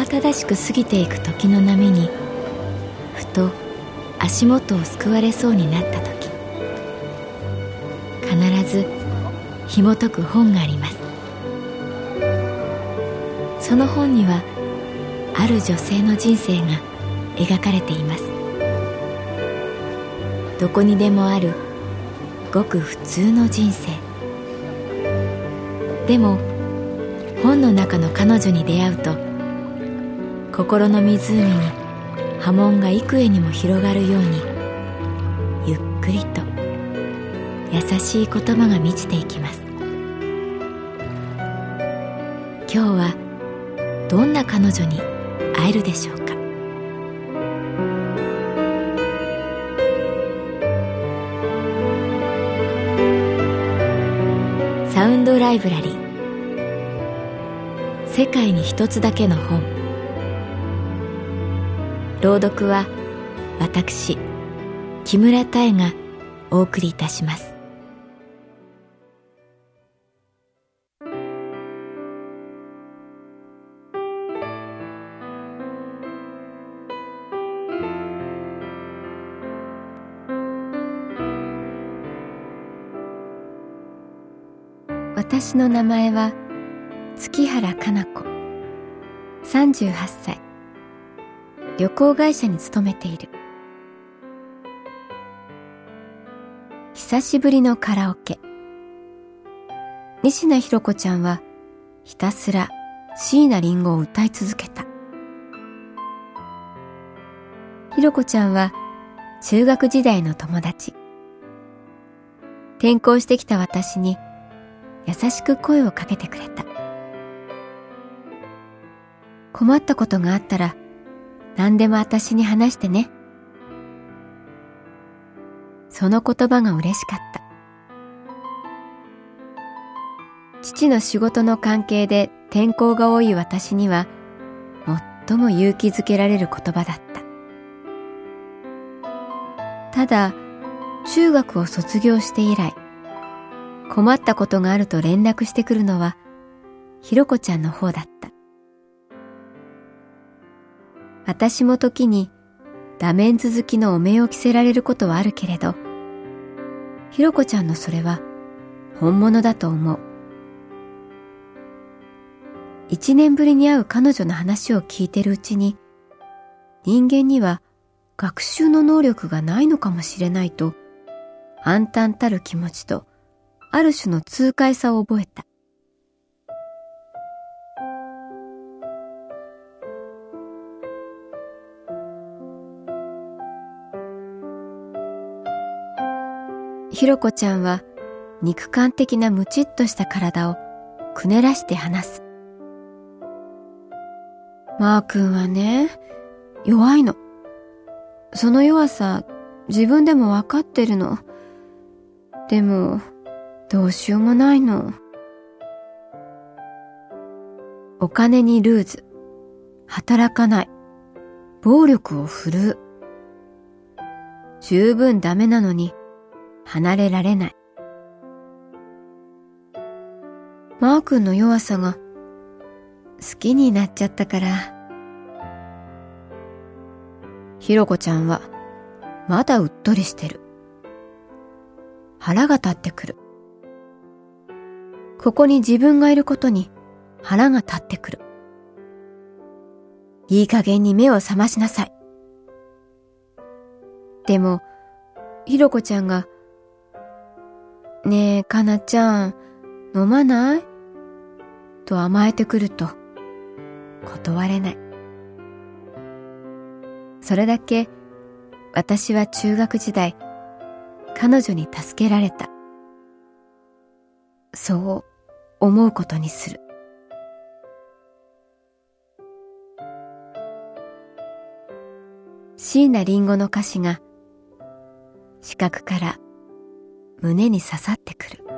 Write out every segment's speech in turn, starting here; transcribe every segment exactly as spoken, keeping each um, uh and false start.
慌ただしく過ぎていく時の波にふと足元をすくわれそうになった時、必ず紐解く本があります。その本にはある女性の人生が描かれています。どこにでもあるごく普通の人生。でも本の中の彼女に出会うと、心の湖に波紋が幾重にも広がるように、ゆっくりと優しい言葉が満ちていきます。今日はどんな彼女に会えるでしょうか。サウンドライブラリー、世界に一つだけの本。朗読は私木村多江がお送りいたします。私の名前は月原かな子、さんじゅうはっさい、旅行会社に勤めている。久しぶりのカラオケ。仁科ひろ子ちゃんはひたすら椎名林檎を歌い続けた。ひろ子ちゃんは中学時代の友達。転校してきた私に優しく声をかけてくれた。困ったことがあったら何でも私に話してね。その言葉が嬉しかった。父の仕事の関係で転校が多い私には最も勇気づけられる言葉だった。ただ、中学を卒業して以来、困ったことがあると連絡してくるのはひろ子ちゃんの方だった。私も時にダメンズ好きの汚名を着せられることはあるけれど、ひろ子ちゃんのそれは本物だと思う。一年ぶりに会う彼女の話を聞いてるうちに、人間には学習の能力がないのかもしれないと、暗淡たる気持ちとある種の痛快さを覚えた。ひろ子ちゃんは肉感的なムチっとした体をくねらして話す。マー君はね、弱いの。その弱さ、自分でもわかってるの。でも、どうしようもないの。お金にルーズ、働かない、暴力を振るう。十分ダメなのに、離れられない。マー君の弱さが好きになっちゃったから。ひろ子ちゃんはまだうっとりしてる。腹が立ってくる。ここに自分がいることに腹が立ってくる。いい加減に目を覚ましなさい。でもひろ子ちゃんが、ねえかなちゃん、飲まない？と甘えてくると断れない。それだけ私は中学時代彼女に助けられた。そう思うことにする。椎名林檎の歌詞が視覚から胸に刺さってくる。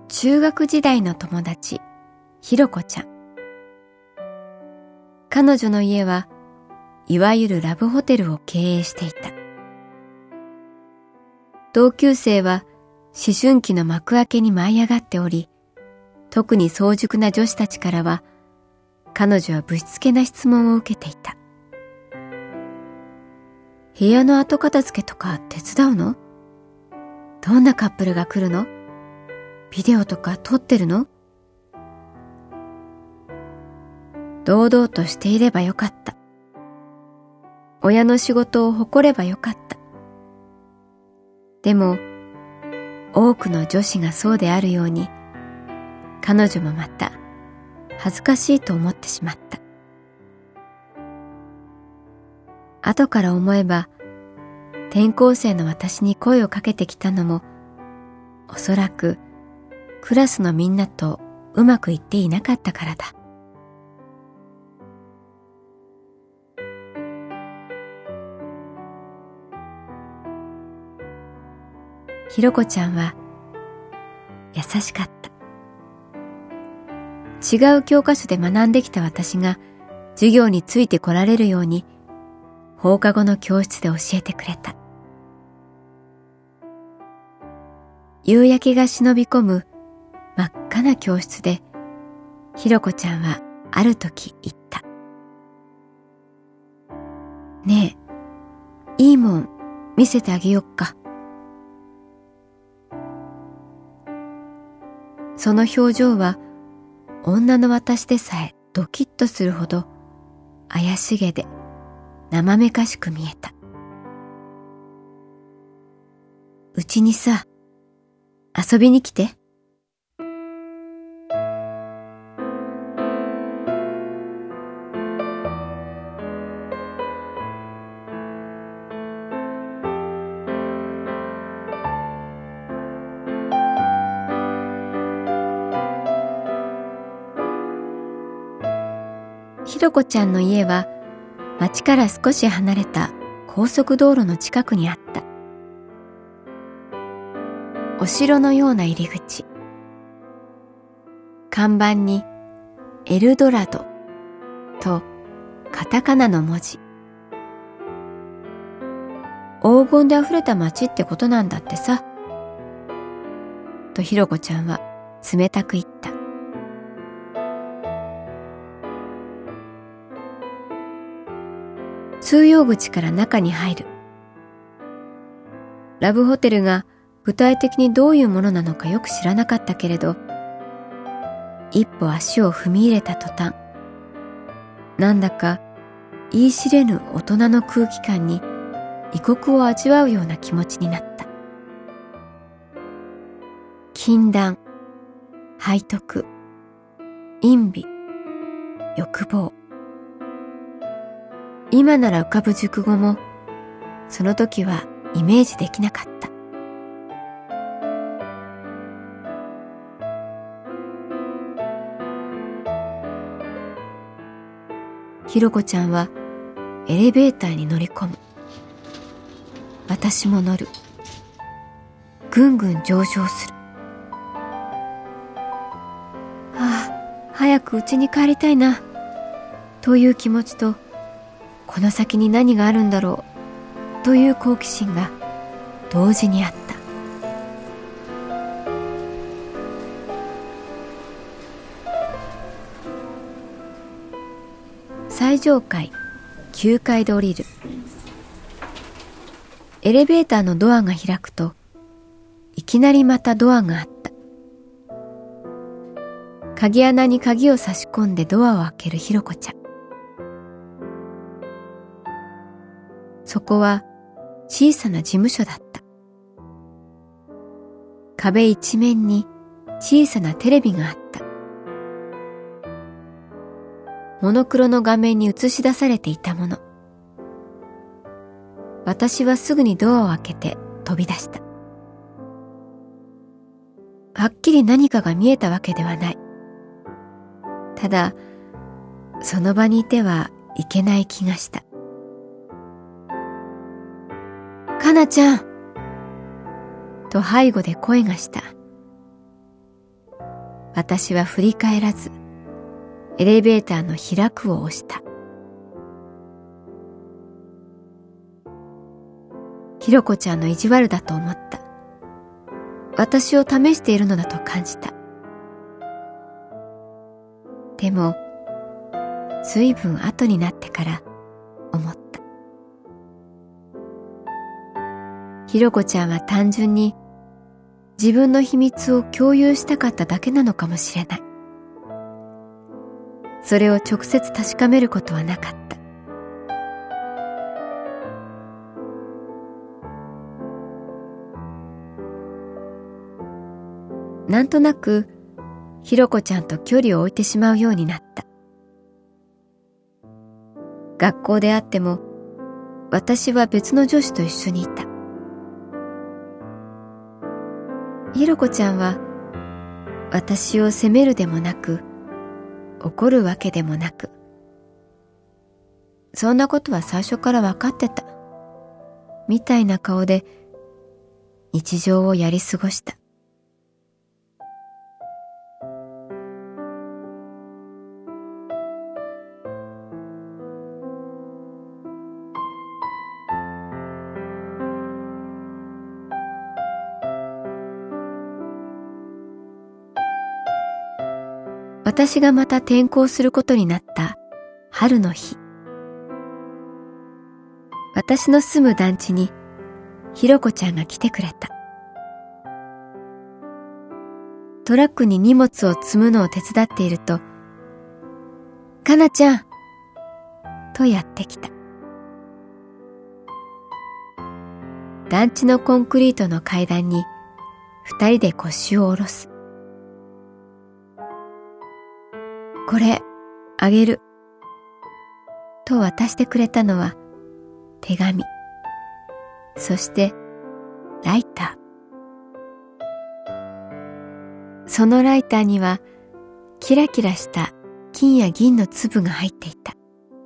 中学時代の友達、ひろこちゃん。彼女の家はいわゆるラブホテルを経営していた。同級生は思春期の幕開けに舞い上がっており、特に早熟な女子たちからは彼女はぶしつけな質問を受けていた。部屋の後片付けとか手伝うの？どんなカップルが来るの？ビデオとか撮ってるの？堂々としていればよかった。親の仕事を誇ればよかった。でも、多くの女子がそうであるように、彼女もまた恥ずかしいと思ってしまった。後から思えば、転校生の私に声をかけてきたのも、おそらくクラスのみんなとうまくいっていなかったからだ。ひろこちゃんは優しかった。違う教科書で学んできた私が授業についてこられるように放課後の教室で教えてくれた。夕焼けが忍び込む真っ赤な教室でひろこちゃんはある時言った。ねえ、いいもん見せてあげよっか。その表情は女の私でさえドキッとするほど怪しげで生めかしく見えた。うちにさ、遊びに来て。ひろこちゃんの家は町から少し離れた高速道路の近くにあった。お城のような入り口。看板にエルドラドとカタカナの文字。黄金であふれた町ってことなんだってさ。とひろこちゃんは冷たく言った。通用口から中に入る。ラブホテルが具体的にどういうものなのかよく知らなかったけれど、一歩足を踏み入れた途端、なんだか言い知れぬ大人の空気感に異国を味わうような気持ちになった。禁断、背徳、陰美、欲望。今なら浮かぶ熟語も、その時はイメージできなかった。ひろこちゃんはエレベーターに乗り込む。私も乗る。ぐんぐん上昇する。ああ、早く家に帰りたいな、という気持ちと、この先に何があるんだろうという好奇心が同時にあった。最上階きゅうかいで降りる。エレベーターのドアが開くといきなりまたドアがあった。鍵穴に鍵を差し込んでドアを開けるひろこちゃん。そこは小さな事務所だった。壁一面に小さなテレビがあった。モノクロの画面に映し出されていたもの。私はすぐにドアを開けて飛び出した。はっきり何かが見えたわけではない。ただ、その場にいてはいけない気がした。かなちゃんと背後で声がした。 私は振り返らず、エレベーターの開くを押した。ひろこちゃんの意地悪だと思った。私を試しているのだと感じた。でも、ずいぶん後になってから思った。ひろこちゃんは単純に自分の秘密を共有したかっただけなのかもしれない。それを直接確かめることはなかった。なんとなくひろこちゃんと距離を置いてしまうようになった。学校であっても私は別の女子と一緒にいた。ひろこちゃんは私を責めるでもなく怒るわけでもなく、そんなことは最初から分かってたみたいな顔で日常をやり過ごした。私がまた転校することになった春の日、私の住む団地にひろこちゃんが来てくれた。トラックに荷物を積むのを手伝っていると、かなちゃんとやってきた。団地のコンクリートの階段に二人で腰を下ろす。これあげると渡してくれたのは手紙、そしてライター。そのライターにはキラキラした金や銀の粒が入っていた。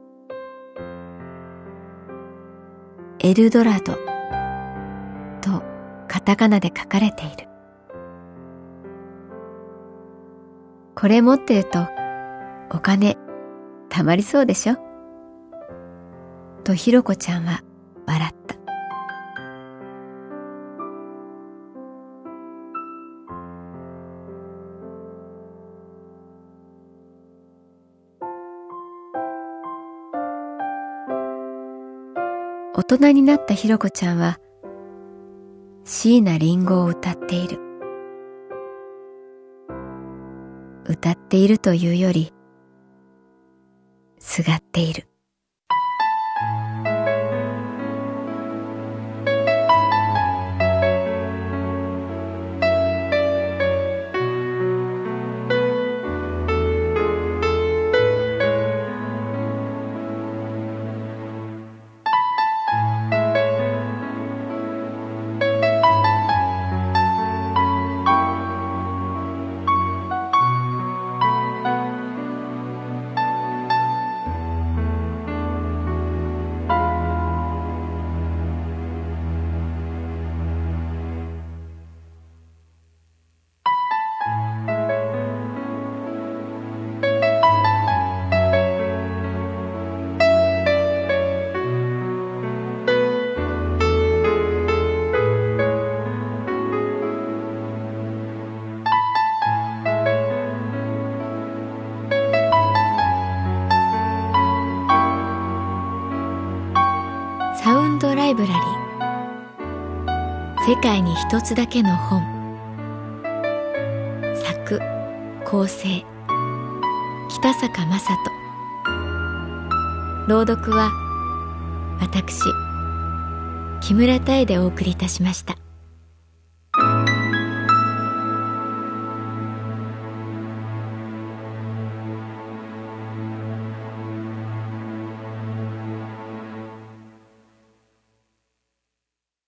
エルドラドとカタカナで書かれている。これ持ってるとお金たまりそうでしょとひろこちゃんは笑った。大人になったひろこちゃんは椎名林檎を歌っている。歌っているというよりすがっている。サウンドライブラリー、世界に一つだけの本。作・構成北坂雅人。朗読は私木村多江でお送りいたしました。